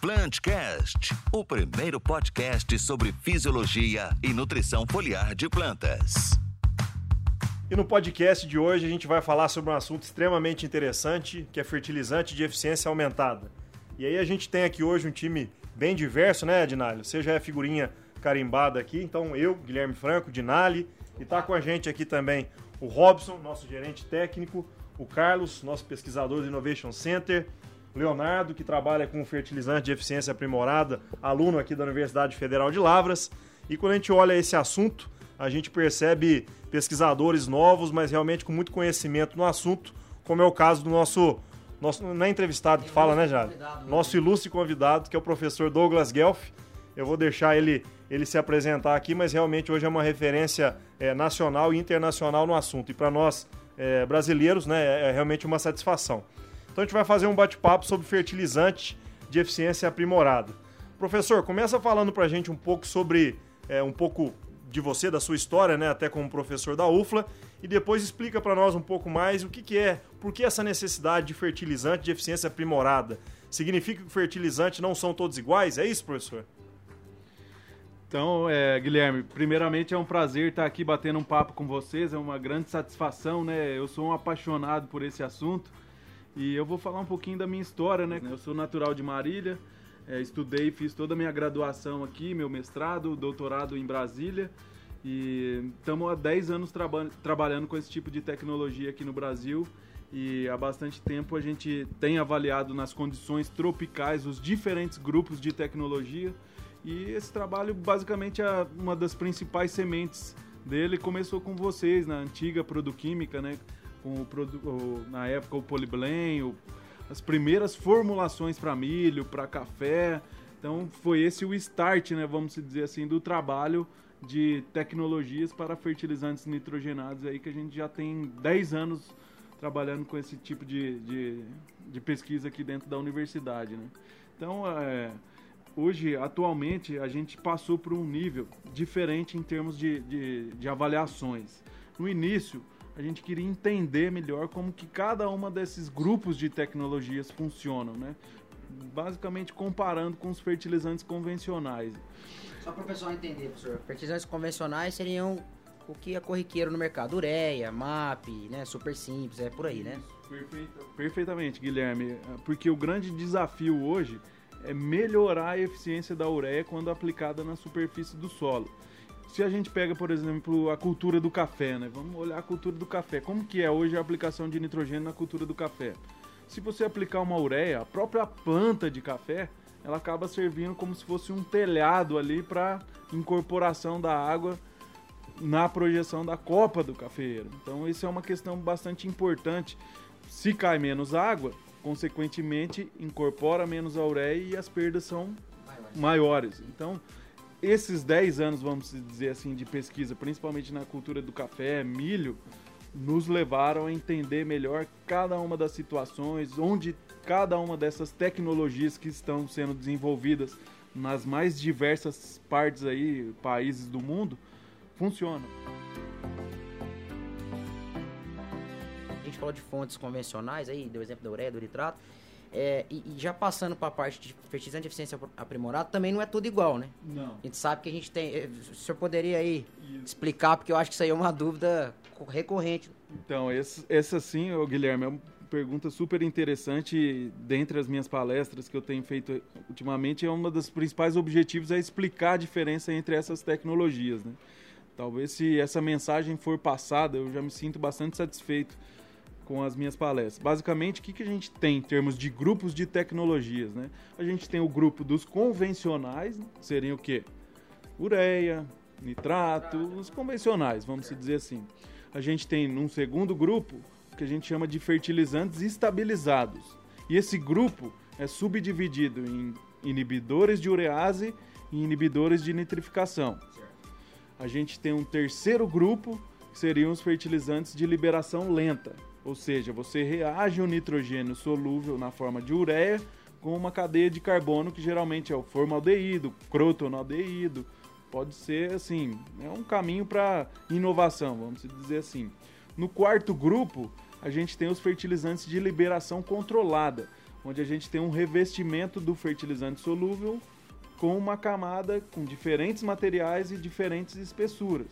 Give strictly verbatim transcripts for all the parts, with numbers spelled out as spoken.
Plantcast, o primeiro podcast sobre fisiologia e nutrição foliar de plantas. E no podcast de hoje a gente vai falar sobre um assunto extremamente interessante, que é fertilizante de eficiência aumentada. E aí a gente tem aqui hoje um time bem diverso, né, Dinali? Você já é figurinha carimbada aqui, então eu, Guilherme Franco, Dinali, e tá com a gente aqui também o Robson, nosso gerente técnico, o Carlos, nosso pesquisador do Innovation Center, o Leonardo, que trabalha com fertilizante de eficiência aprimorada, aluno aqui da Universidade Federal de Lavras. E quando a gente olha esse assunto, a gente percebe pesquisadores novos, mas realmente com muito conhecimento no assunto, como é o caso do nosso, nosso não é entrevistado que fala, né, Jade? Nosso ilustre convidado, que é o professor Douglas Guelph. Eu vou deixar ele, ele se apresentar aqui, mas realmente hoje é uma referência é, nacional e internacional no assunto. E para nós é, brasileiros, né, é, é realmente uma satisfação. Então a gente vai fazer um bate-papo sobre fertilizante de eficiência aprimorada. Professor, começa falando para a gente um pouco sobre, é, um pouco de você, da sua história, né, até como professor da U F L A, e depois explica para nós um pouco mais o que, que é, por que essa necessidade de fertilizante de eficiência aprimorada. Significa que fertilizantes não são todos iguais? É isso, professor? Então, é, Guilherme, primeiramente é um prazer estar aqui batendo um papo com vocês, é uma grande satisfação, né? Eu sou um apaixonado por esse assunto. E eu vou falar um pouquinho da minha história, né? Eu sou natural de Marília, é, estudei, fiz toda a minha graduação aqui, meu mestrado, doutorado em Brasília. E estamos há dez anos traba- trabalhando com esse tipo de tecnologia aqui no Brasil. E há bastante tempo a gente tem avaliado nas condições tropicais os diferentes grupos de tecnologia. E esse trabalho, basicamente, é uma das principais sementes dele. Começou com vocês, na antiga Produquímica, né? Com o, o, na época o Poliblem, o, as primeiras formulações para milho, para café. Então foi esse o start, né, vamos dizer assim, do trabalho de tecnologias para fertilizantes nitrogenados aí, que a gente já tem dez anos trabalhando com esse tipo de, de, de pesquisa aqui dentro da universidade, né? Então, é, hoje, atualmente, a gente passou por um nível diferente em termos de, de, de avaliações. No início, a gente queria entender melhor como que cada uma desses grupos de tecnologias funcionam, né? Basicamente comparando com os fertilizantes convencionais. Só para o pessoal entender, professor, fertilizantes convencionais seriam o que é corriqueiro no mercado, ureia, M A P, né, super simples, é por aí, né? Perfeito, perfeitamente, Guilherme, porque o grande desafio hoje é melhorar a eficiência da ureia quando aplicada na superfície do solo. Se a gente pega, por exemplo, a cultura do café, né? Vamos olhar a cultura do café. Como que é hoje a aplicação de nitrogênio na cultura do café? Se você aplicar uma ureia, a própria planta de café, ela acaba servindo como se fosse um telhado ali para incorporação da água na projeção da copa do cafeeiro. Então, isso é uma questão bastante importante. Se cai menos água, consequentemente, incorpora menos a ureia e as perdas são maiores. maiores. Então, esses dez anos, vamos dizer assim, de pesquisa, principalmente na cultura do café, milho, nos levaram a entender melhor cada uma das situações, onde cada uma dessas tecnologias que estão sendo desenvolvidas nas mais diversas partes aí, países do mundo, funcionam. A gente falou de fontes convencionais aí, deu o exemplo da ureia, do nitrato. É, e, e já passando para a parte de fertilizante de eficiência aprimorada, também não é tudo igual, né? Não. A gente sabe que a gente tem... O senhor poderia aí isso. explicar, porque eu acho que isso aí é uma dúvida recorrente. Então, esse, essa sim, Guilherme, é uma pergunta super interessante. Dentre as minhas palestras que eu tenho feito ultimamente, é um dos principais objetivos é explicar a diferença entre essas tecnologias, né? Talvez se essa mensagem for passada, eu já me sinto bastante satisfeito com as minhas palestras. Basicamente, o que, que a gente tem em termos de grupos de tecnologias, né? A gente tem o grupo dos convencionais, que seriam o quê? Ureia, nitrato, os convencionais, vamos dizer assim. A gente tem, num segundo grupo, o que a gente chama de fertilizantes estabilizados. E esse grupo é subdividido em inibidores de urease e inibidores de nitrificação. A gente tem um terceiro grupo, que seriam os fertilizantes de liberação lenta. Ou seja, você reage o nitrogênio solúvel na forma de ureia com uma cadeia de carbono que geralmente é o formaldeído, crotonaldeído. Pode ser, assim, é um caminho para inovação, vamos dizer assim. No quarto grupo, a gente tem os fertilizantes de liberação controlada. onde a gente tem um revestimento do fertilizante solúvel com uma camada com diferentes materiais e diferentes espessuras.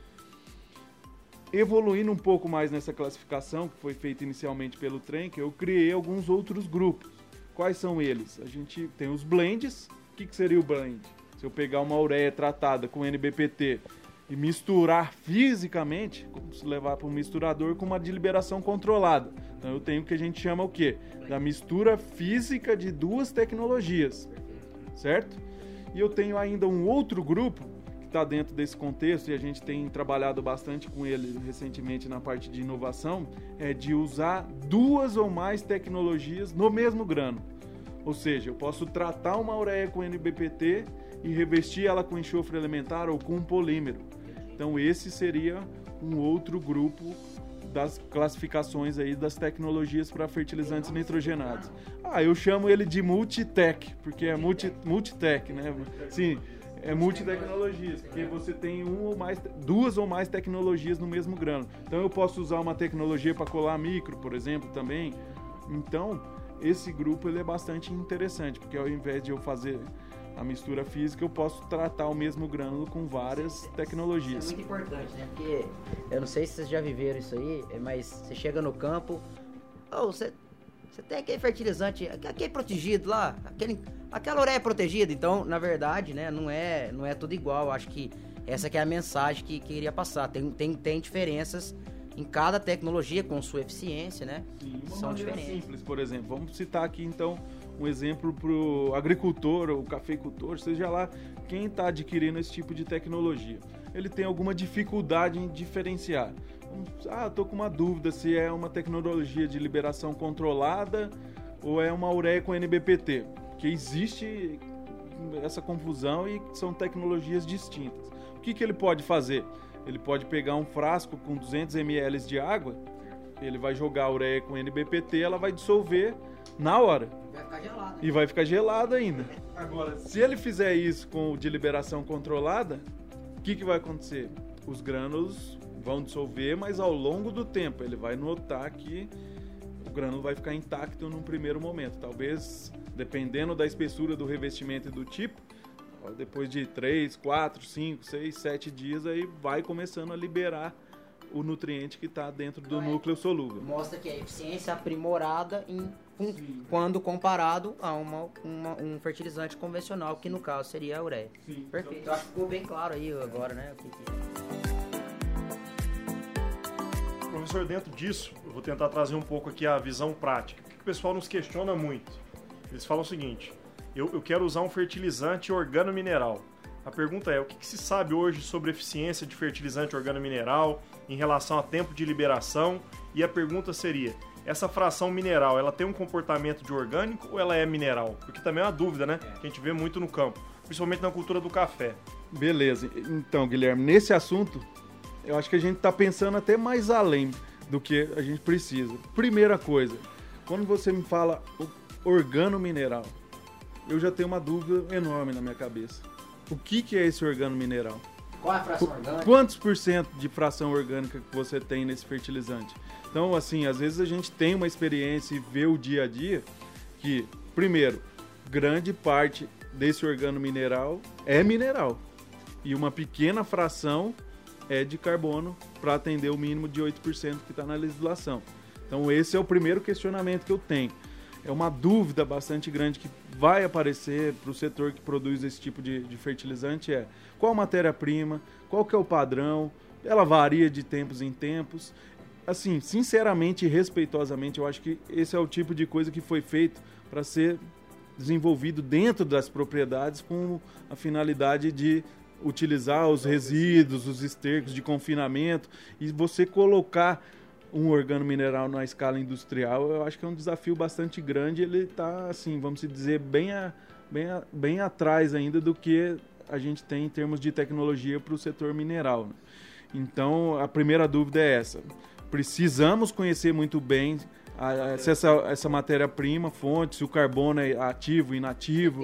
Evoluindo um pouco mais nessa classificação, que foi feita inicialmente pelo Trenker, eu criei alguns outros grupos. Quais são eles? A gente tem os blends. O que, que seria o blend? Se eu pegar uma ureia tratada com N B P T e misturar fisicamente, como se levar para um misturador com uma de liberação controlada. Então eu tenho o que a gente chama o quê? Da mistura física de duas tecnologias, certo? E eu tenho ainda um outro grupo que está dentro desse contexto, e a gente tem trabalhado bastante com ele recentemente na parte de inovação, é de usar duas ou mais tecnologias no mesmo grano. Ou seja, eu posso tratar uma ureia com N B P T e revestir ela com enxofre elementar ou com um polímero. Então esse seria um outro grupo das classificações aí das tecnologias para fertilizantes nitrogenados. Ah, eu chamo ele de multitech, porque é multi, multitech, né? Sim, é multitecnologias, porque você tem um ou mais, duas ou mais tecnologias no mesmo grano. Então eu posso usar uma tecnologia para colar micro, por exemplo, também. Então, esse grupo ele é bastante interessante, porque ao invés de eu fazer a mistura física, eu posso tratar o mesmo grânulo com várias tecnologias. Isso é muito importante, né? Porque eu não sei se vocês já viveram isso aí, mas você chega no campo, oh, você, você tem aquele fertilizante, aquele protegido lá, aquele, aquela ureia protegida. Então, na verdade, né, não é, não é tudo igual. Acho que essa que é a mensagem que, que iria passar. Tem, tem, tem diferenças em cada tecnologia com sua eficiência, né? Sim, uma São maneira diferentes. simples, por exemplo. Vamos citar aqui, então, um exemplo para o agricultor ou cafeicultor, seja lá quem está adquirindo esse tipo de tecnologia. Ele tem alguma dificuldade em diferenciar. Ah, estou com uma dúvida se é uma tecnologia de liberação controlada ou é uma ureia com N B P T, porque existe essa confusão e são tecnologias distintas. O que, que ele pode fazer? Ele pode pegar um frasco com duzentos mililitros de água, ele vai jogar a ureia com N B P T, ela vai dissolver na hora. Vai ficar gelado. E vai ficar gelado ainda. Agora, se ele fizer isso com o de liberação controlada, o que, que vai acontecer? Os grânulos vão dissolver, mas ao longo do tempo ele vai notar que o grânulo vai ficar intacto num primeiro momento. Talvez, dependendo da espessura do revestimento e do tipo, depois de três, quatro, cinco, seis, sete dias, aí vai começando a liberar o nutriente que está dentro do Então, núcleo solúvel. Mostra que a eficiência é aprimorada em, com, quando comparado a uma, uma, um fertilizante convencional, que no caso seria a ureia. Sim. Perfeito. Então, acho que ficou bem claro aí agora, né? O que que é. Professor, dentro disso, eu vou tentar trazer um pouco aqui a visão prática. O que o pessoal nos questiona muito? Eles falam o seguinte: eu, eu quero usar um fertilizante organomineral. A pergunta é, o que, que se sabe hoje sobre eficiência de fertilizante organomineral em relação a tempo de liberação? E a pergunta seria, essa fração mineral, ela tem um comportamento de orgânico ou ela é mineral? Porque também é uma dúvida, né? Que a gente vê muito no campo, principalmente na cultura do café. Beleza. Então, Guilherme, nesse assunto, eu acho que a gente está pensando até mais além do que a gente precisa. Primeira coisa, quando você me fala organomineral, eu já tenho uma dúvida enorme na minha cabeça. O que, que é esse organomineral? Qual é a fração orgânica? Quantos por cento de fração orgânica que você tem nesse fertilizante? Então, assim, às vezes a gente tem uma experiência e vê o dia a dia que, primeiro, grande parte desse organomineral é mineral e uma pequena fração é de carbono para atender o mínimo de oito por cento que está na legislação. Então, esse é o primeiro questionamento que eu tenho. É uma dúvida bastante grande que vai aparecer para o setor que produz esse tipo de, de fertilizante, é qual matéria-prima, qual que é o padrão, ela varia de tempos em tempos. Assim, sinceramente e respeitosamente, eu acho que esse é o tipo de coisa que foi feito para ser desenvolvido dentro das propriedades com a finalidade de utilizar os resíduos, os estercos de confinamento e você colocar um organomineral na escala industrial, eu acho que é um desafio bastante grande. Ele está, assim, vamos dizer, bem, a, bem, a, bem atrás ainda do que a gente tem em termos de tecnologia para o setor mineral, né? Então, a primeira dúvida é essa. Precisamos conhecer muito bem a, se essa, essa matéria-prima, fonte, se o carbono é ativo, inativo,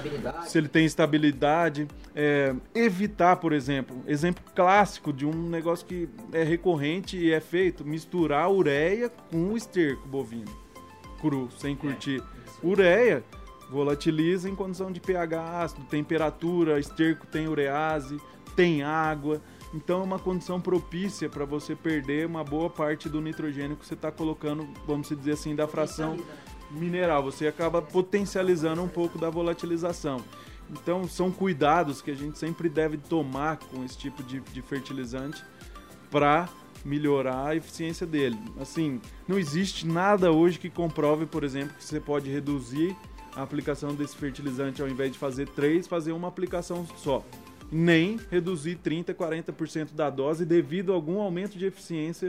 se ele tem estabilidade. É, evitar, por exemplo, exemplo clássico de um negócio que é recorrente e é feito, misturar ureia com esterco bovino, cru, sem curtir. Ureia volatiliza em condição de pH ácido, temperatura, esterco tem urease, tem água. Então é uma condição propícia para você perder uma boa parte do nitrogênio que você está colocando, vamos dizer assim, da fração mineral. Você acaba potencializando um pouco da volatilização. Então são cuidados que a gente sempre deve tomar com esse tipo de, de fertilizante para melhorar a eficiência dele. Assim, não existe nada hoje que comprove, por exemplo, que você pode reduzir a aplicação desse fertilizante ao invés de fazer três, fazer uma aplicação só. Nem reduzir trinta, quarenta por cento da dose devido a algum aumento de eficiência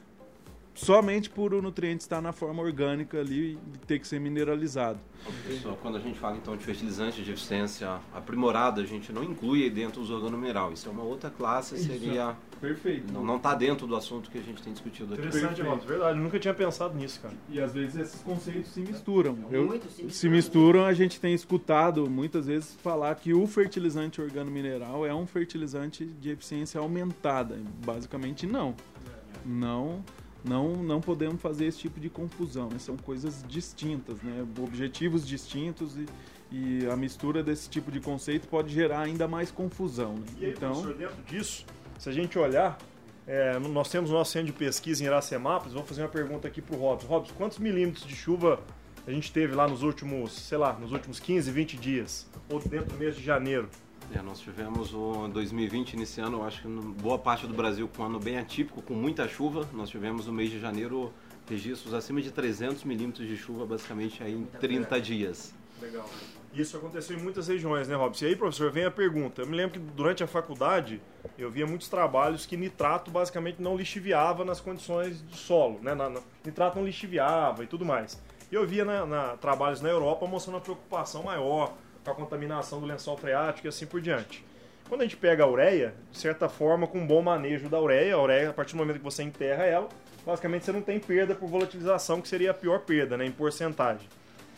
somente por o nutriente estar na forma orgânica ali e ter que ser mineralizado. Pessoal, quando a gente fala então de fertilizante de eficiência aprimorada, a gente não inclui dentro os organomineral. Isso é uma outra classe, seria... Perfeito. Não está dentro do assunto que a gente tem discutido aqui. Interessante, Rob, verdade. Eu nunca tinha pensado nisso, cara. E às vezes esses conceitos se misturam. Eu, Muito se misturam. se misturam, a gente tem escutado muitas vezes falar que o fertilizante organomineral é um fertilizante de eficiência aumentada. Basicamente não. Não... Não, não podemos fazer esse tipo de confusão, né? São coisas distintas, né? Objetivos distintos e, e a mistura desse tipo de conceito pode gerar ainda mais confusão. Né? E aí, então, professor, dentro disso, se a gente olhar, é, nós temos o nosso centro de pesquisa em Iracemápolis, vou fazer uma pergunta aqui para o Robson. Robson, quantos milímetros de chuva a gente teve lá nos últimos, sei lá, nos últimos quinze, vinte dias? Ou dentro do mês de janeiro? É, nós tivemos o dois mil e vinte iniciando, eu acho que em boa parte do Brasil com um ano bem atípico, com muita chuva. Nós tivemos no mês de janeiro registros acima de trezentos milímetros de chuva, basicamente aí em trinta dias. Legal. Isso aconteceu em muitas regiões, né, Robson? E aí, professor, vem a pergunta. Eu me lembro que durante a faculdade eu via muitos trabalhos que nitrato basicamente não lixiviava nas condições de solo, né? Na, na, nitrato não lixiviava e tudo mais. E eu via na, na, trabalhos na Europa mostrando uma preocupação maior com a contaminação do lençol freático e assim por diante. Quando a gente pega a ureia, de certa forma, com um bom manejo da ureia, a ureia, a partir do momento que você enterra ela, basicamente você não tem perda por volatilização, que seria a pior perda, né, em porcentagem.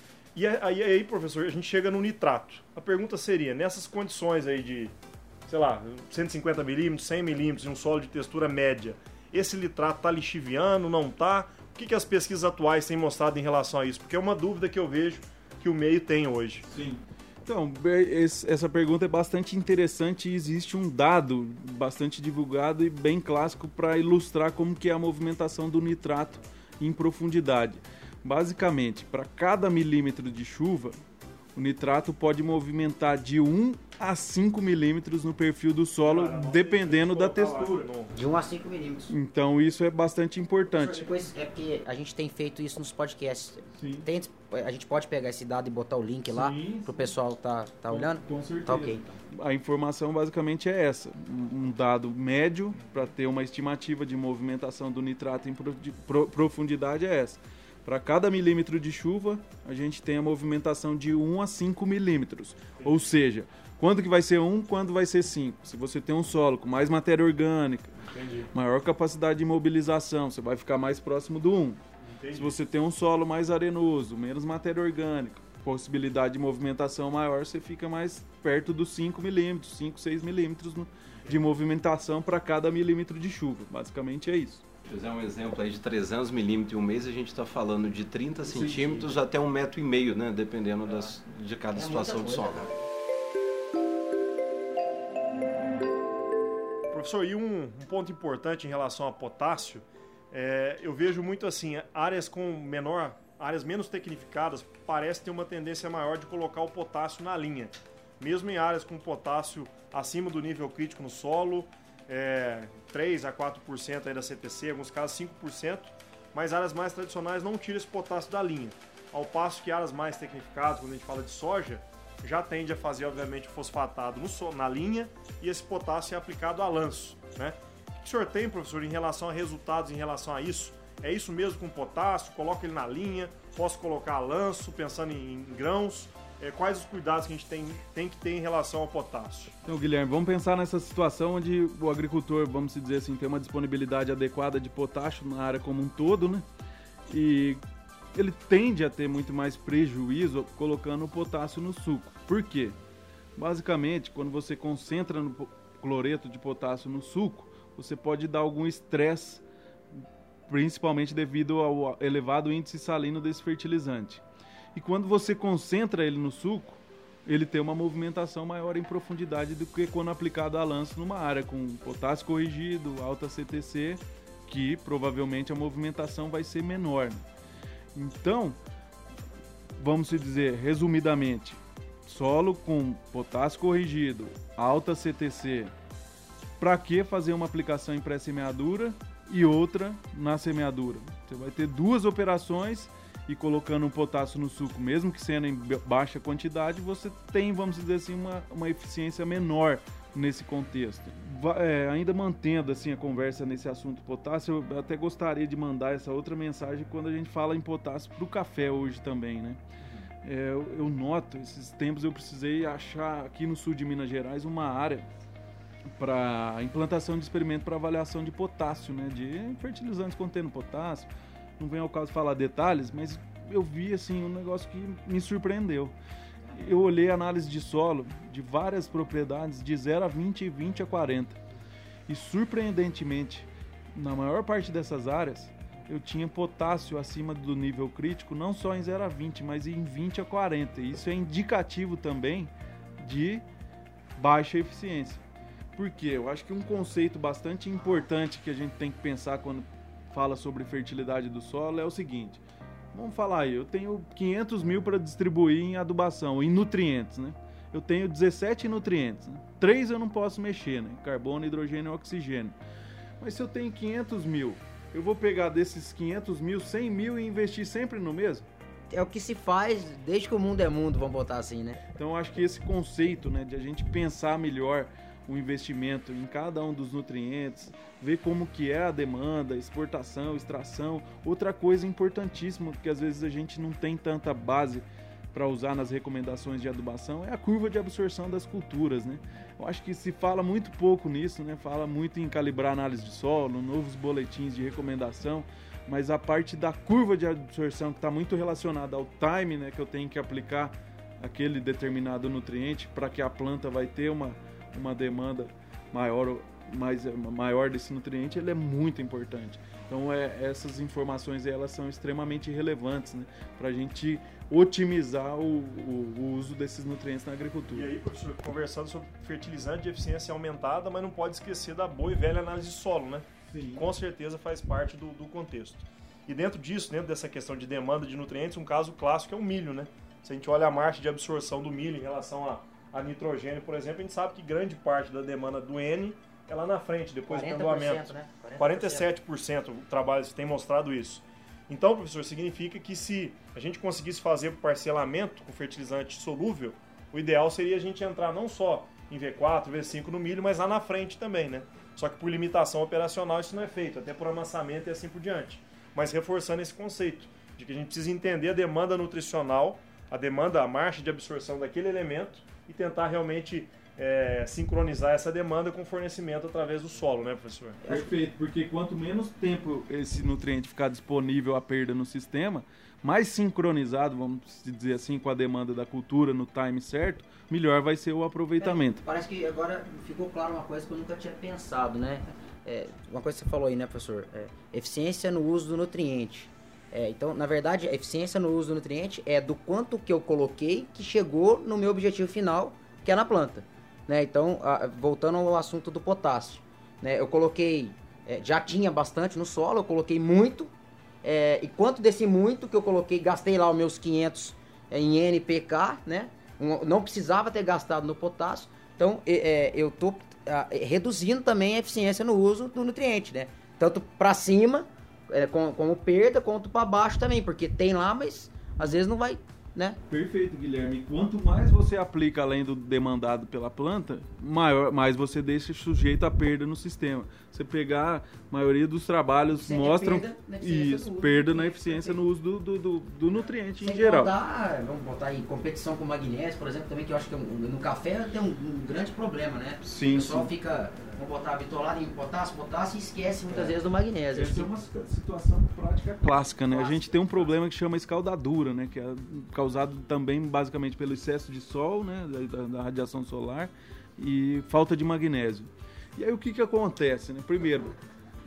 E aí, aí, professor, a gente chega no nitrato. A pergunta seria, nessas condições aí de, sei lá, cento e cinquenta milímetros, cem milímetros em um solo de textura média, esse nitrato está lixiviando, não está? O que, que as pesquisas atuais têm mostrado em relação a isso? Porque é uma dúvida que eu vejo que o meio tem hoje. Sim. Então, essa pergunta é bastante interessante e existe um dado bastante divulgado e bem clássico para ilustrar como que é a movimentação do nitrato em profundidade. Basicamente, para cada milímetro de chuva, o nitrato pode movimentar de um a cinco milímetros no perfil do solo, dependendo da textura. De um a cinco milímetros. Então isso é bastante importante. Depois é porque a gente tem feito isso nos podcasts. Sim. Tem, a gente pode pegar esse dado e botar o link lá Sim, pro pessoal tá, tá olhando? Com certeza. Tá ok, então. A informação basicamente é essa, um dado médio para ter uma estimativa de movimentação do nitrato em profundidade é essa. Para cada milímetro de chuva, a gente tem a movimentação de um a cinco milímetros. Ou seja, quando que vai ser um, quando vai ser cinco? Se você tem um solo com mais matéria orgânica, Entendi. maior capacidade de imobilização, você vai ficar mais próximo do um. Entendi. Se você tem um solo mais arenoso, menos matéria orgânica, possibilidade de movimentação maior, você fica mais perto dos cinco milímetros, cinco, seis milímetros de movimentação para cada milímetro de chuva. Basicamente é isso. Se fizer um exemplo aí de trezentos milímetros em um mês, a gente está falando de trinta centímetros até um metro e meio, né? Dependendo das, de cada É situação de muita solo. coisa, Professor, e um, um ponto importante em relação a potássio, é, eu vejo muito assim, áreas com menor, áreas menos tecnificadas, parece ter uma tendência maior de colocar o potássio na linha. Mesmo em áreas com potássio acima do nível crítico no solo, é, três a quatro por cento aí da C T C, em alguns casos cinco por cento, mas áreas mais tradicionais não tiram esse potássio da linha. Ao passo que áreas mais tecnificadas, quando a gente fala de soja, já tende a fazer, obviamente, o fosfatado no so, na linha e esse potássio é aplicado a lanço, né? O que o senhor tem, professor, em relação a resultados em relação a isso? É isso mesmo com potássio? Coloca ele na linha? Posso colocar a lanço, pensando em, em grãos? É, quais os cuidados que a gente tem, tem que ter em relação ao potássio? Então, Guilherme, vamos pensar nessa situação onde o agricultor, vamos dizer assim, tem uma disponibilidade adequada de potássio na área como um todo, né? E ele tende a ter muito mais prejuízo colocando o potássio no suco. Por quê? Basicamente, quando você concentra no cloreto de potássio no suco, você pode dar algum estresse, principalmente devido ao elevado índice salino desse fertilizante. E quando você concentra ele no suco, ele tem uma movimentação maior em profundidade do que quando aplicado a lanço numa área com potássio corrigido, alta C T C, que provavelmente a movimentação vai ser menor. Então, vamos dizer, resumidamente, solo com potássio corrigido, alta C T C, para que fazer uma aplicação em pré-semeadura e outra na semeadura? Você vai ter duas operações e colocando um potássio no suco, mesmo que sendo em baixa quantidade, você tem, vamos dizer assim, uma, uma eficiência menor nesse contexto. É, ainda mantendo assim, a conversa nesse assunto potássio, eu até gostaria de mandar essa outra mensagem quando a gente fala em potássio para o café hoje também, né? É, eu, eu noto, esses tempos eu precisei achar aqui no sul de Minas Gerais uma área para implantação de experimento para avaliação de potássio, né? De fertilizantes contendo potássio. Não vem ao caso falar detalhes, mas eu vi assim um negócio que me surpreendeu. Eu olhei a análise de solo de várias propriedades de zero a vinte e vinte a quarenta. E surpreendentemente, na maior parte dessas áreas, eu tinha potássio acima do nível crítico, não só em zero a vinte, mas em vinte a quarenta. Isso é indicativo também de baixa eficiência. Por quê? Eu acho que um conceito bastante importante que a gente tem que pensar quando fala sobre fertilidade do solo é o seguinte. Vamos falar aí, eu tenho quinhentos mil para distribuir em adubação, em nutrientes, né? Eu tenho dezessete nutrientes, né? três eu não posso mexer, né? Carbono, hidrogênio e oxigênio. Mas se eu tenho quinhentos mil, eu vou pegar desses quinhentos mil, cem mil e investir sempre no mesmo? É o que se faz desde que o mundo é mundo, vamos botar assim, né? Então eu acho que esse conceito, né, de a gente pensar melhor o investimento em cada um dos nutrientes, ver como que é a demanda, exportação, extração. Outra coisa importantíssima, que às vezes a gente não tem tanta base para usar nas recomendações de adubação, é a curva de absorção das culturas, né? Eu acho que se fala muito pouco nisso, né? Fala muito em calibrar análise de solo, novos boletins de recomendação, mas a parte da curva de absorção que está muito relacionada ao time, né, que eu tenho que aplicar aquele determinado nutriente para que a planta vai ter uma uma demanda maior, mais, maior desse nutriente, ele é muito importante. Então é, essas informações elas são extremamente relevantes, né, para a gente otimizar o, o, o uso desses nutrientes na agricultura. E aí, professor, conversando sobre fertilizante de eficiência aumentada, mas não pode esquecer da boa e velha análise de solo, né? Sim. Que com certeza faz parte do, do contexto. E dentro disso, dentro dessa questão de demanda de nutrientes, um caso clássico é o milho, né? Se a gente olha a marcha de absorção do milho em relação a a nitrogênio, por exemplo, a gente sabe que grande parte da demanda do N é lá na frente, depois do pendoamento. Né? quarenta e sete por cento o trabalho tem mostrado isso. Então, professor, significa que se a gente conseguisse fazer o parcelamento com fertilizante solúvel, o ideal seria a gente entrar não só em V quatro, V cinco no milho, mas lá na frente também, né? Só que por limitação operacional isso não é feito, até por amassamento e assim por diante. Mas reforçando esse conceito de que a gente precisa entender a demanda nutricional, a demanda, a marcha de absorção daquele elemento, e tentar realmente é, sincronizar essa demanda com o fornecimento através do solo, né, professor? Perfeito, porque quanto menos tempo esse nutriente ficar disponível à perda no sistema, mais sincronizado, vamos dizer assim, com a demanda da cultura no time certo, melhor vai ser o aproveitamento. É, parece que agora ficou claro uma coisa que eu nunca tinha pensado, né? É, uma coisa que você falou aí, né, professor? É, eficiência no uso do nutriente. É, então, na verdade, a eficiência no uso do nutriente é do quanto que eu coloquei que chegou no meu objetivo final, que é na planta. Né? Então, a, voltando ao assunto do potássio. Né? Eu coloquei, é, já tinha bastante no solo, eu coloquei muito. É, e quanto desse muito que eu coloquei, gastei lá os meus quinhentos é, em N P K, né? Um, não precisava ter gastado no potássio. Então, é, eu estou reduzindo também a eficiência no uso do nutriente, né? Tanto para cima... É, como, como perda, quanto para baixo também, porque tem lá, mas às vezes não vai, né? Perfeito, Guilherme. Quanto mais você aplica além do demandado pela planta, maior, mais você deixa sujeito à perda no sistema. Você pegar, a maioria dos trabalhos Sem mostram perda na isso, perda na eficiência no uso do, do, do, do nutriente Sem em geral. Contar, vamos botar aí competição com magnésio, por exemplo, também, que eu acho que no café tem um, um grande problema, né? Sim, o pessoal sim. fica... Vamos botar bitolado em potássio, potássio e esquece muitas é. vezes do magnésio. Essa é uma situação prática clássica, né? Clássica. A gente tem um problema que chama escaldadura, né? Que é causado também basicamente pelo excesso de sol, né? Da, da radiação solar e falta de magnésio. E aí o que que acontece, né? Primeiro,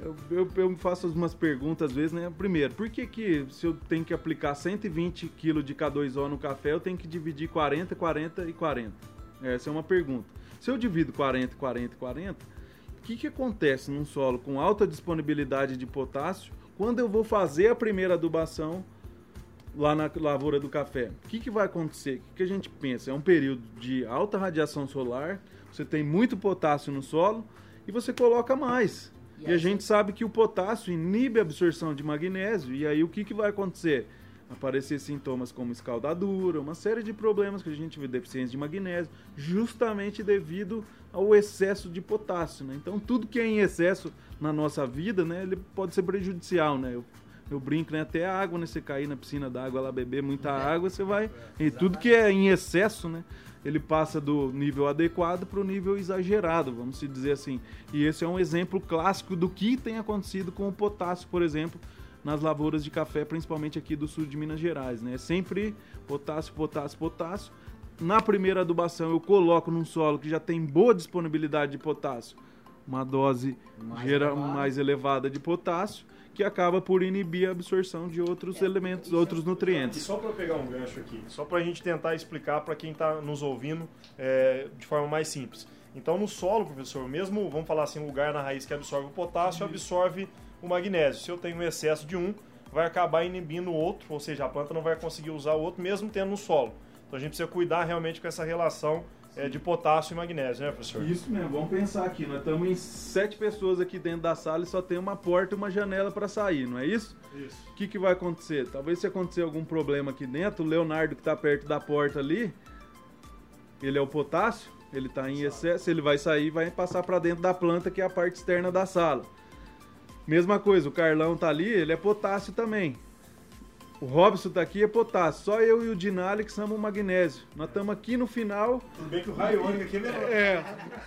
Eu, eu, eu me faço umas perguntas às vezes, né? Primeiro, por que que se eu tenho que aplicar cento e vinte quilos de K dois O no café, eu tenho que dividir quarenta, quarenta e quarenta? Essa é uma pergunta. Se eu divido quarenta, quarenta e quarenta, o que que acontece num solo com alta disponibilidade de potássio quando eu vou fazer a primeira adubação lá na lavoura do café? O que que vai acontecer? O que que a gente pensa? É um período de alta radiação solar, você tem muito potássio no solo e você coloca mais. E, e a gente sabe que o potássio inibe a absorção de magnésio, e aí o que que vai acontecer? Aparecer sintomas como escaldadura, uma série de problemas que a gente vê, deficiência de magnésio, justamente devido ao excesso de potássio, né? Então tudo que é em excesso na nossa vida, né, ele pode ser prejudicial, né? Eu, eu brinco, né, até a água, né, você cair na piscina d'água lá, beber muita água, você vai... E tudo que é em excesso, né, ele passa do nível adequado para o nível exagerado, vamos dizer assim. E esse é um exemplo clássico do que tem acontecido com o potássio, por exemplo, nas lavouras de café, principalmente aqui do sul de Minas Gerais, né? Sempre potássio, potássio, potássio. Na primeira adubação eu coloco num solo que já tem boa disponibilidade de potássio, uma dose mais, gera, elevada. mais elevada de potássio, que acaba por inibir a absorção de outros é, elementos, outros nutrientes. E só para pegar um gancho aqui, só para a gente tentar explicar para quem está nos ouvindo é, de forma mais simples. Então, no solo, professor, mesmo, vamos falar assim, um lugar na raiz que absorve o potássio, absorve o magnésio. Se eu tenho um excesso de um, vai acabar inibindo o outro, ou seja, a planta não vai conseguir usar o outro, mesmo tendo no solo. Então, a gente precisa cuidar realmente com essa relação é, de potássio e magnésio, né, professor? Isso mesmo, vamos pensar aqui. Nós estamos em sete pessoas aqui dentro da sala e só tem uma porta e uma janela para sair, não é isso? Isso. O que que vai acontecer? Talvez se acontecer algum problema aqui dentro, o Leonardo que está perto da porta ali, ele é o potássio, ele está em excesso, ele vai sair e vai passar para dentro da planta, que é a parte externa da sala. Mesma coisa, o Carlão tá ali, ele é potássio também. O Robson tá aqui, é potássio. Só eu e o Dinali que somos magnésio. Nós estamos aqui no final. Tudo bem que o raio ônico aqui é menor. É.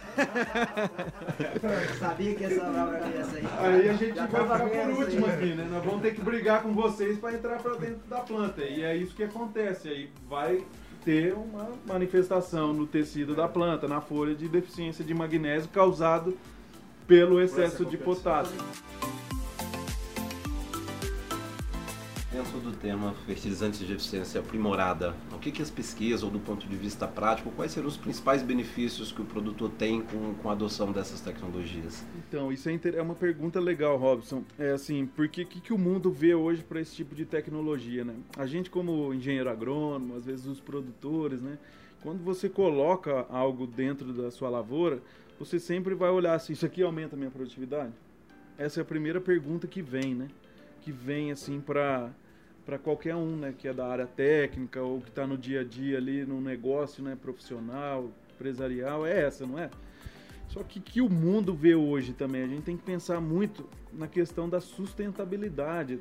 Eu sabia que essa palavra era essa aí. Aí a gente Já vai ficar por último aqui, né? Nós vamos ter que brigar com vocês para entrar para dentro da planta. E é isso que acontece. Aí vai ter uma manifestação no tecido da planta, na folha, de deficiência de magnésio causado pelo excesso de potássio. Dentro do tema fertilizantes de eficiência aprimorada, o que, que as pesquisas, ou do ponto de vista prático, quais serão os principais benefícios que o produtor tem com, com a adoção dessas tecnologias? Então, isso é, inter... é uma pergunta legal, Robson. É assim, por que, que, que o mundo vê hoje para esse tipo de tecnologia, né? A gente, como engenheiro agrônomo, às vezes os produtores, né? Quando você coloca algo dentro da sua lavoura, você sempre vai olhar assim, isso aqui aumenta a minha produtividade? Essa é a primeira pergunta que vem, né? Que vem assim para para qualquer um, né, que é da área técnica ou que está no dia a dia ali no negócio, né, profissional, empresarial, é essa, não é? Só que que o mundo vê hoje também, a gente tem que pensar muito na questão da sustentabilidade.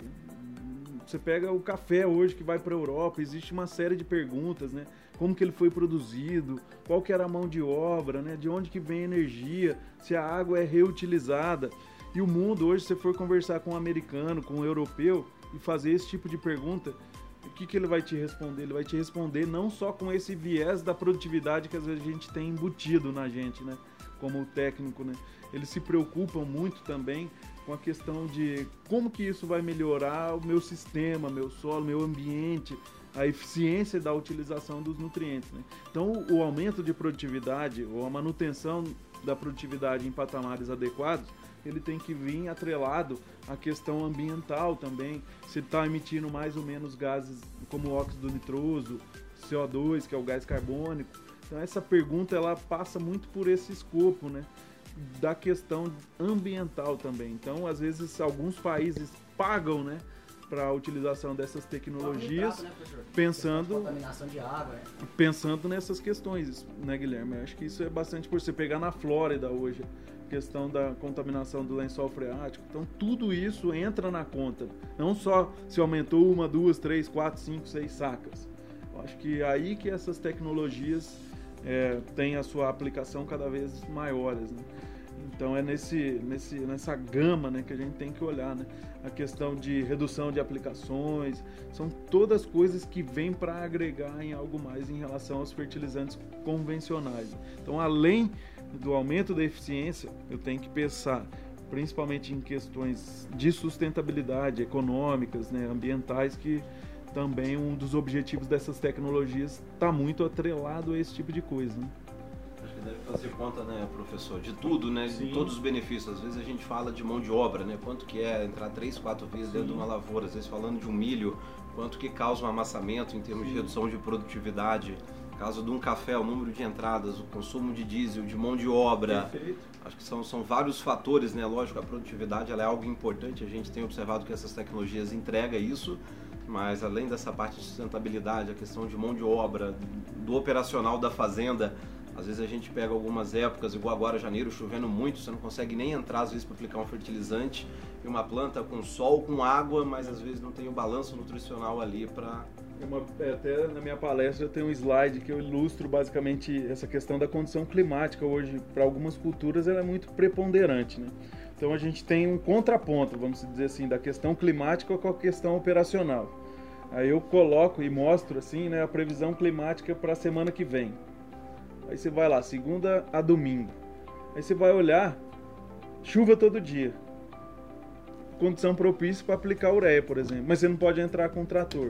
Você pega o café hoje que vai para a Europa, existe uma série de perguntas, né? Como que ele foi produzido, qual que era a mão de obra, né? De onde que vem a energia, se a água é reutilizada. E o mundo hoje, se você for conversar com um americano, com um europeu e fazer esse tipo de pergunta, o que que ele vai te responder? Ele vai te responder não só com esse viés da produtividade que às vezes a gente tem embutido na gente, né? Como técnico, né? Eles se preocupam muito também com a questão de como que isso vai melhorar o meu sistema, meu solo, meu ambiente, a eficiência da utilização dos nutrientes, né? Então, o aumento de produtividade ou a manutenção da produtividade em patamares adequados, ele tem que vir atrelado à questão ambiental também, se está emitindo mais ou menos gases como o óxido nitroso, C O dois, que é o gás carbônico. Então essa pergunta ela passa muito por esse escopo, né, da questão ambiental também. Então às vezes alguns países pagam, né, para a utilização dessas tecnologias, né, pensando contaminação de água, né? pensando nessas questões, né, Guilherme? Eu acho que isso é bastante por você pegar na Flórida hoje, questão da contaminação do lençol freático. Então tudo isso entra na conta. Não só se aumentou uma, duas, três, quatro, cinco, seis sacas. Eu acho que é aí que essas tecnologias é, têm a sua aplicação cada vez maiores, né? Então é nesse, nesse, nessa gama, né, que a gente tem que olhar, né? A questão de redução de aplicações, são todas coisas que vêm para agregar em algo mais em relação aos fertilizantes convencionais. Então, além do aumento da eficiência, eu tenho que pensar principalmente em questões de sustentabilidade, econômicas, né, ambientais, que também um dos objetivos dessas tecnologias está muito atrelado a esse tipo de coisa, né? Acho que deve fazer conta, né, professor, de tudo, né, Sim. de todos os benefícios. Às vezes a gente fala de mão de obra, né, quanto que é entrar três, quatro vezes Sim. dentro de uma lavoura, às vezes falando de um milho, quanto que causa um amassamento em termos Sim. de redução de produtividade. Caso de um café, o número de entradas, o consumo de diesel, de mão de obra. Perfeito. Acho que são, são vários fatores, né? Lógico, a produtividade ela é algo importante, a gente tem observado que essas tecnologias entregam isso, mas além dessa parte de sustentabilidade, a questão de mão de obra, do operacional da fazenda, às vezes a gente pega algumas épocas, igual agora janeiro, chovendo muito, você não consegue nem entrar às vezes para aplicar um fertilizante, e uma planta com sol, com água, mas às vezes não tem o balanço nutricional ali para... É uma, é, até na minha palestra eu tenho um slide que eu ilustro basicamente essa questão da condição climática hoje, para algumas culturas ela é muito preponderante, né? Então a gente tem um contraponto, vamos dizer assim, da questão climática com a questão operacional. Aí eu coloco e mostro assim, né, a previsão climática para a semana que vem. Aí você vai lá, segunda a domingo. Aí você vai olhar, chuva todo dia. Condição propícia para aplicar ureia, por exemplo. Mas você não pode entrar com trator.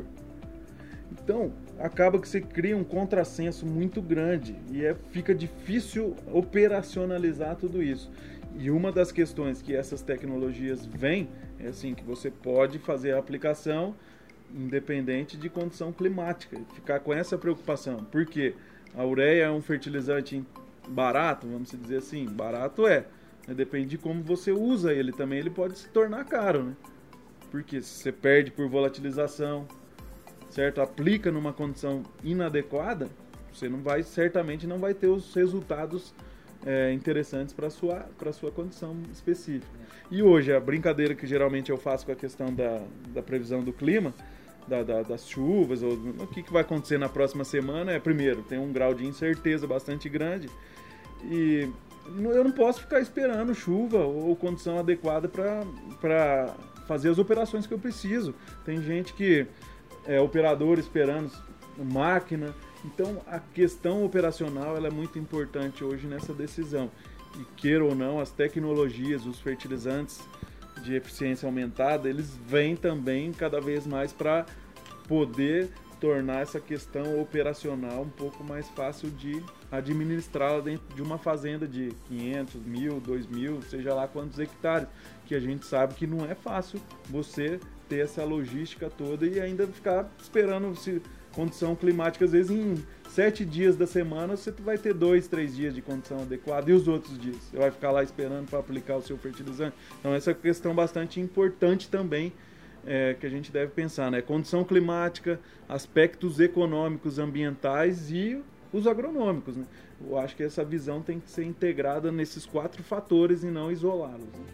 Então, acaba que você cria um contrassenso muito grande e é, fica difícil operacionalizar tudo isso. E uma das questões que essas tecnologias vêm é assim, que você pode fazer a aplicação independente de condição climática, ficar com essa preocupação. Por quê? A ureia é um fertilizante barato, vamos dizer assim, barato é, né? Depende de como você usa ele também, ele pode se tornar caro, né? Porque você perde por volatilização, certo? Aplica numa condição inadequada, você não vai, certamente não vai ter os resultados é, interessantes para sua para sua condição específica. E hoje a brincadeira que geralmente eu faço com a questão da, da previsão do clima, Da, da, das chuvas, ou o que, que vai acontecer na próxima semana é, primeiro, tem um grau de incerteza bastante grande e eu não posso ficar esperando chuva ou condição adequada para fazer as operações que eu preciso. Tem gente que é operador esperando máquina, então a questão operacional ela é muito importante hoje nessa decisão. E queira ou não, as tecnologias, os fertilizantes de eficiência aumentada, eles vêm também cada vez mais para poder tornar essa questão operacional um pouco mais fácil de administrá-la dentro de uma fazenda de quinhentos, mil, dois mil, seja lá quantos hectares, que a gente sabe que não é fácil você ter essa logística toda e ainda ficar esperando se condição climática, às vezes em sete dias da semana você vai ter dois, três dias de condição adequada e os outros dias você vai ficar lá esperando para aplicar o seu fertilizante. Então essa é uma questão bastante importante também é, que a gente deve pensar, né? Condição climática, aspectos econômicos, ambientais e os agronômicos, né? Eu acho que essa visão tem que ser integrada nesses quatro fatores e não isolá-los, né?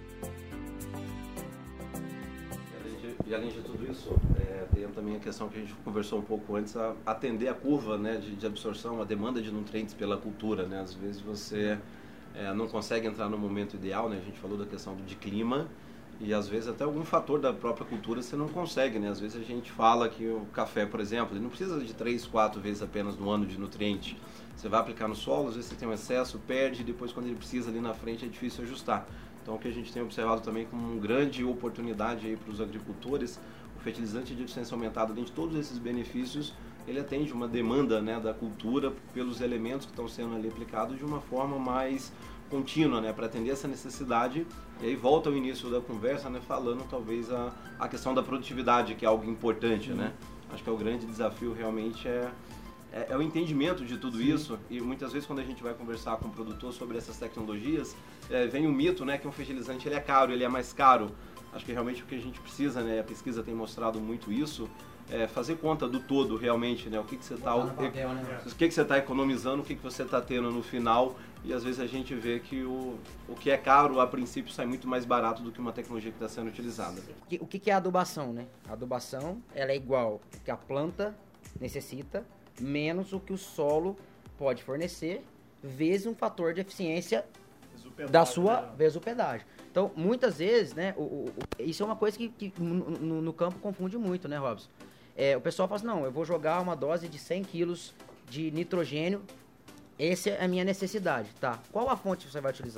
E além de tudo isso, é, tem também a questão que a gente conversou um pouco antes, a atender a curva, né, de, de absorção, a demanda de nutrientes pela cultura, né? Às vezes você é, não consegue entrar no momento ideal, né? A gente falou da questão de clima e às vezes até algum fator da própria cultura você não consegue, né? Às vezes a gente fala que o café, por exemplo, ele não precisa de três, quatro vezes apenas no ano de nutriente. Você vai aplicar no solo, às vezes você tem um excesso, perde, e depois quando ele precisa ali na frente é difícil ajustar. Então, o que a gente tem observado também como uma grande oportunidade aí para os agricultores, o fertilizante de eficiência aumentada, além de todos esses benefícios, ele atende uma demanda, né, da cultura pelos elementos que estão sendo ali aplicados de uma forma mais contínua, né, para atender essa necessidade. E aí volta ao início da conversa, né, falando talvez a, a questão da produtividade, que é algo importante, uhum. né? Acho que é o grande desafio realmente é É, é o entendimento de tudo Sim. isso, e muitas vezes quando a gente vai conversar com o produtor sobre essas tecnologias, é, vem o mito, né, que um fertilizante ele é caro, ele é mais caro. Acho que realmente o que a gente precisa, né, a pesquisa tem mostrado muito isso, é fazer conta do todo realmente, né, o que, que você está o, né? o que, que você tá economizando, o que, que você está tendo no final, e às vezes a gente vê que o, o que é caro a princípio sai muito mais barato do que uma tecnologia que está sendo utilizada. O que, que é a adubação, né? A adubação ela é igual ao que a planta necessita, menos o que o solo pode fornecer, vezes um fator de eficiência da sua, né? Vezes o pedágio. Então, muitas vezes, né, o, o, isso é uma coisa que, que no, no campo confunde muito, né, Robson? É, o pessoal fala assim, não, eu vou jogar uma dose de cem quilos de nitrogênio, essa é a minha necessidade, tá? Qual a fonte você vai utilizar?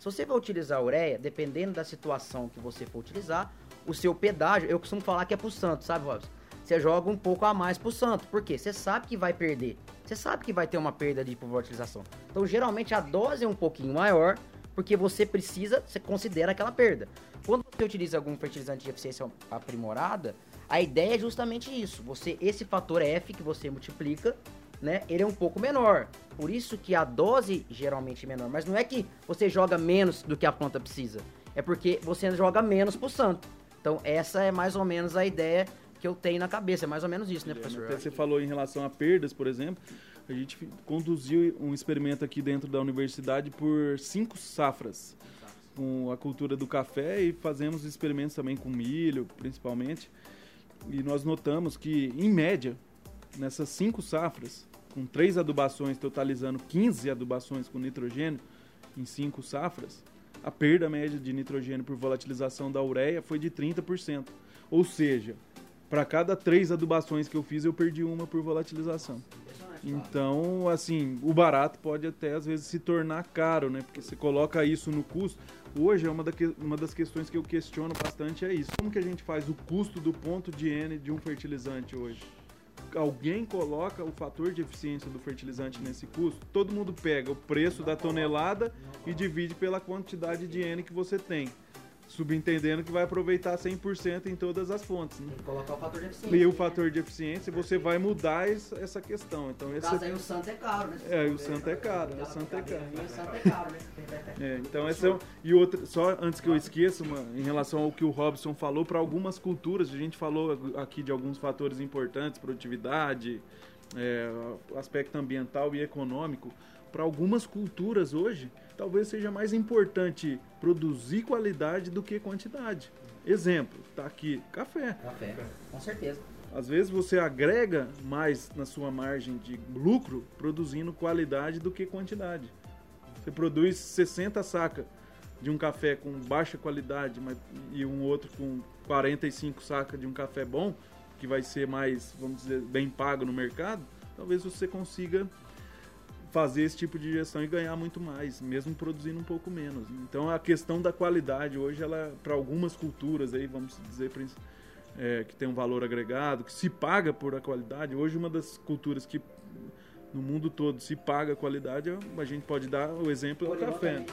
Se você vai utilizar ureia, dependendo da situação que você for utilizar, o seu pedágio, eu costumo falar que é pro santo, sabe, Robson? Você joga um pouco a mais pro santo, porque você sabe que vai perder, você sabe que vai ter uma perda de pulverização. Então, geralmente, a dose é um pouquinho maior, porque você precisa, você considera aquela perda. Quando você utiliza algum fertilizante de eficiência aprimorada, a ideia é justamente isso. Você, esse fator F que você multiplica, né, ele é um pouco menor. Por isso que a dose geralmente é menor. Mas não é que você joga menos do que a planta precisa. É porque você joga menos pro santo. Então essa é mais ou menos a ideia que eu tenho na cabeça. É mais ou menos isso, né, professor? Até você falou em relação a perdas, por exemplo. A gente conduziu um experimento aqui dentro da universidade por cinco safras. Com a cultura do café e fazemos experimentos também com milho, principalmente. E nós notamos que, em média, nessas cinco safras, com três adubações, totalizando quinze adubações com nitrogênio em cinco safras, a perda média de nitrogênio por volatilização da ureia foi de trinta por cento. Ou seja, para cada três adubações que eu fiz, eu perdi uma por volatilização. Então, assim, o barato pode até, às vezes, se tornar caro, né? Porque você coloca isso no custo. Hoje, é uma, da que, uma das questões que eu questiono bastante é isso. Como que a gente faz o custo do ponto de N de um fertilizante hoje? Alguém coloca o fator de eficiência do fertilizante nesse custo? Todo mundo pega o preço da tonelada e divide pela quantidade de N que você tem. Subentendendo que vai aproveitar cem por cento em todas as fontes. Né? Tem que colocar o fator de eficiência. E o fator de eficiência, você vai mudar essa questão. Então, no esse... caso aí o santo é caro, né? É, o santo é caro. O santo é caro. O santo é caro, né? É, então, essa é... E outra, só antes que eu esqueça, uma, em relação ao que o Robson falou, para algumas culturas, a gente falou aqui de alguns fatores importantes, produtividade, é, aspecto ambiental e econômico. Para algumas culturas hoje, talvez seja mais importante produzir qualidade do que quantidade. Exemplo, tá aqui, café. Café, com certeza. Às vezes você agrega mais na sua margem de lucro produzindo qualidade do que quantidade. Você produz sessenta sacas de um café com baixa qualidade mas, e um outro com quarenta e cinco sacas de um café bom, que vai ser mais, vamos dizer, bem pago no mercado, talvez você consiga fazer esse tipo de gestão e ganhar muito mais, mesmo produzindo um pouco menos. Então a questão da qualidade hoje, ela para algumas culturas aí, vamos dizer, é, que tem um valor agregado, que se paga por a qualidade. Hoje uma das culturas que no mundo todo se paga a qualidade, a gente pode dar o exemplo do café.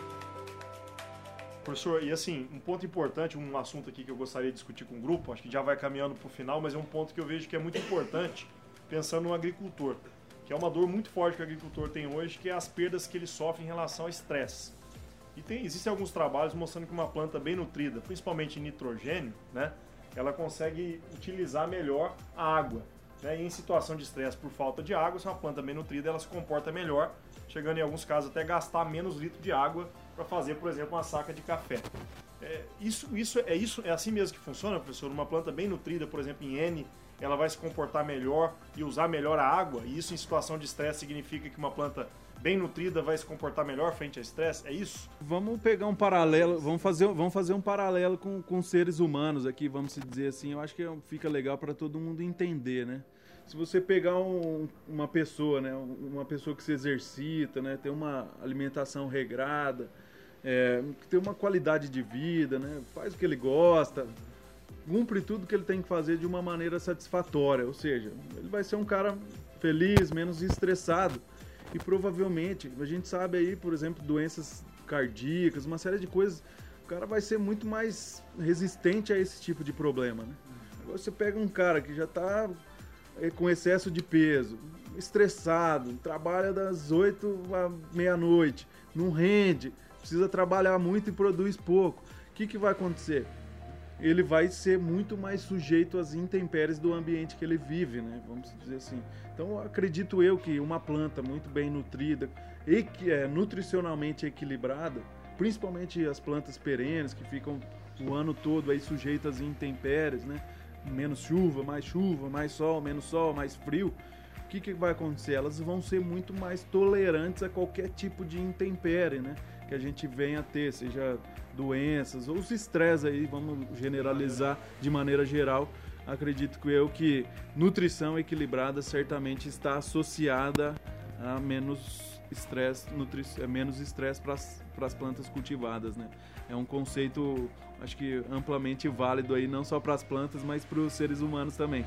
Professor, e assim, um ponto importante, um assunto aqui que eu gostaria de discutir com o grupo, acho que já vai caminhando para o final, mas é um ponto que eu vejo que é muito importante, pensando no agricultor, que é uma dor muito forte que o agricultor tem hoje, que é as perdas que ele sofre em relação ao estresse. E tem, existem alguns trabalhos mostrando que uma planta bem nutrida, principalmente em nitrogênio, né, ela consegue utilizar melhor a água. Né, e em situação de estresse por falta de água, se uma planta bem nutrida, ela se comporta melhor, chegando em alguns casos até gastar menos litro de água para fazer, por exemplo, uma saca de café. É, isso, isso, é, isso, é assim mesmo que funciona, professor? Uma planta bem nutrida, por exemplo, em N, ela vai se comportar melhor e usar melhor a água, e isso em situação de estresse significa que uma planta bem nutrida vai se comportar melhor frente ao estresse? É isso? Vamos pegar um paralelo, vamos fazer, vamos fazer um paralelo com, com seres humanos aqui, vamos dizer assim. Eu acho que fica legal para todo mundo entender, né? Se você pegar um, uma pessoa, né, uma pessoa que se exercita, né, tem uma alimentação regrada, é, que tem uma qualidade de vida, né, faz o que ele gosta, cumpre tudo que ele tem que fazer de uma maneira satisfatória, ou seja, ele vai ser um cara feliz, menos estressado. E provavelmente, a gente sabe aí, por exemplo, doenças cardíacas, uma série de coisas, o cara vai ser muito mais resistente a esse tipo de problema, né? Agora você pega um cara que já está com excesso de peso, estressado, trabalha das oito à meia-noite, não rende, precisa trabalhar muito e produz pouco. O que, que vai acontecer? Ele vai ser muito mais sujeito às intempéries do ambiente que ele vive, né? Vamos dizer assim. Então, acredito eu que uma planta muito bem nutrida e que é nutricionalmente equilibrada, principalmente as plantas perenes que ficam o ano todo aí sujeitas às intempéries, né? Menos chuva, mais chuva, mais sol, menos sol, mais frio. O que, que vai acontecer? Elas vão ser muito mais tolerantes a qualquer tipo de intempérie, né? Que a gente venha a ter, seja doenças ou os estresses aí, vamos generalizar de maneira geral. Acredito que eu que nutrição equilibrada certamente está associada há menos estresse nutri... menos estresse para as plantas cultivadas, né? É um conceito, acho que amplamente válido aí, não só para as plantas, mas para os seres humanos também.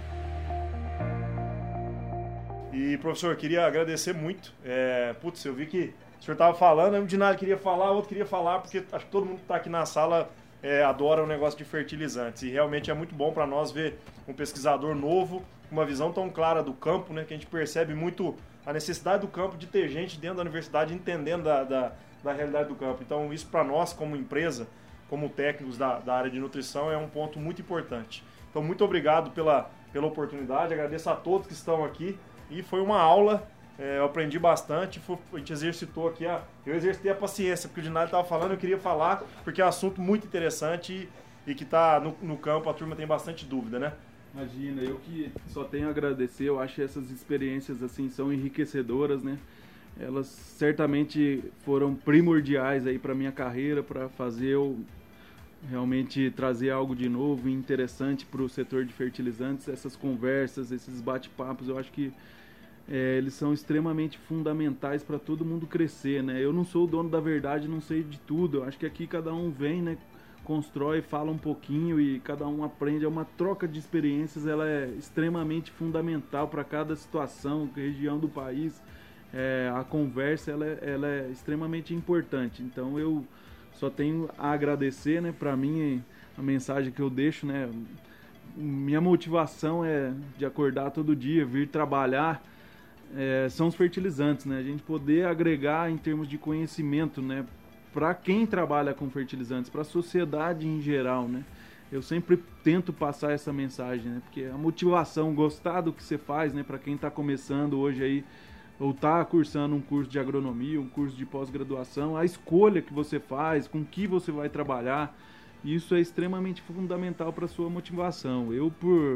E, professor, queria agradecer muito. É, putz, eu vi que o senhor estava falando, um de nada queria falar, o outro queria falar, porque acho que todo mundo que está aqui na sala é, adora o negócio de fertilizantes. E realmente é muito bom para nós ver um pesquisador novo, uma visão tão clara do campo, né, que a gente percebe muito a necessidade do campo de ter gente dentro da universidade entendendo da, da, da realidade do campo. Então, isso para nós, como empresa, como técnicos da, da área de nutrição, é um ponto muito importante. Então, muito obrigado pela, pela oportunidade, agradeço a todos que estão aqui. E foi uma aula, é, eu aprendi bastante, foi, a gente exercitou aqui, a, eu exercitei a paciência, porque o Dinalho estava falando, eu queria falar, porque é um assunto muito interessante e, e que está no, no campo, a turma tem bastante dúvida, né? Imagina, eu que só tenho a agradecer, eu acho que essas experiências assim são enriquecedoras, né? Elas certamente foram primordiais aí para minha carreira, para fazer eu realmente trazer algo de novo e interessante para o setor de fertilizantes. Essas conversas, esses bate-papos, eu acho que é, eles são extremamente fundamentais para todo mundo crescer, né? Eu não sou o dono da verdade, não sei de tudo. Eu acho que aqui cada um vem, né, constrói, fala um pouquinho e cada um aprende. É uma troca de experiências, ela é extremamente fundamental para cada situação, região do país. É, a conversa ela é, ela é extremamente importante. Então eu só tenho a agradecer, né? Para mim, a mensagem que eu deixo, né? Minha motivação é de acordar todo dia, vir trabalhar, é, são os fertilizantes, né? A gente poder agregar em termos de conhecimento, né? Para quem trabalha com fertilizantes, para a sociedade em geral, né? Eu sempre tento passar essa mensagem, né? Porque a motivação, gostar do que você faz, né? Para quem está começando hoje aí, ou está cursando um curso de agronomia, um curso de pós-graduação, a escolha que você faz, com que você vai trabalhar, isso é extremamente fundamental para a sua motivação. Eu, por...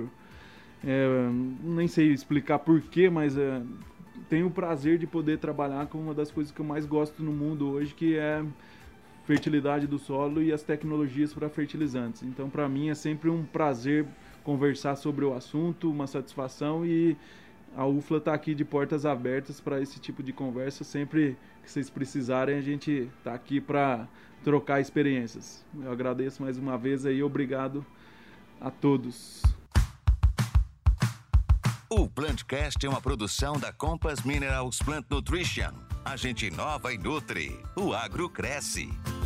É, nem sei explicar porquê, mas é, tenho o prazer de poder trabalhar com uma das coisas que eu mais gosto no mundo hoje, que é fertilidade do solo e as tecnologias para fertilizantes. Então, para mim, é sempre um prazer conversar sobre o assunto, uma satisfação, e a U F L A está aqui de portas abertas para esse tipo de conversa. Sempre que vocês precisarem, a gente está aqui para trocar experiências. Eu agradeço mais uma vez aí, obrigado a todos. O Plantcast é uma produção da Compass Minerals Plant Nutrition. A gente inova e nutre. O agro cresce.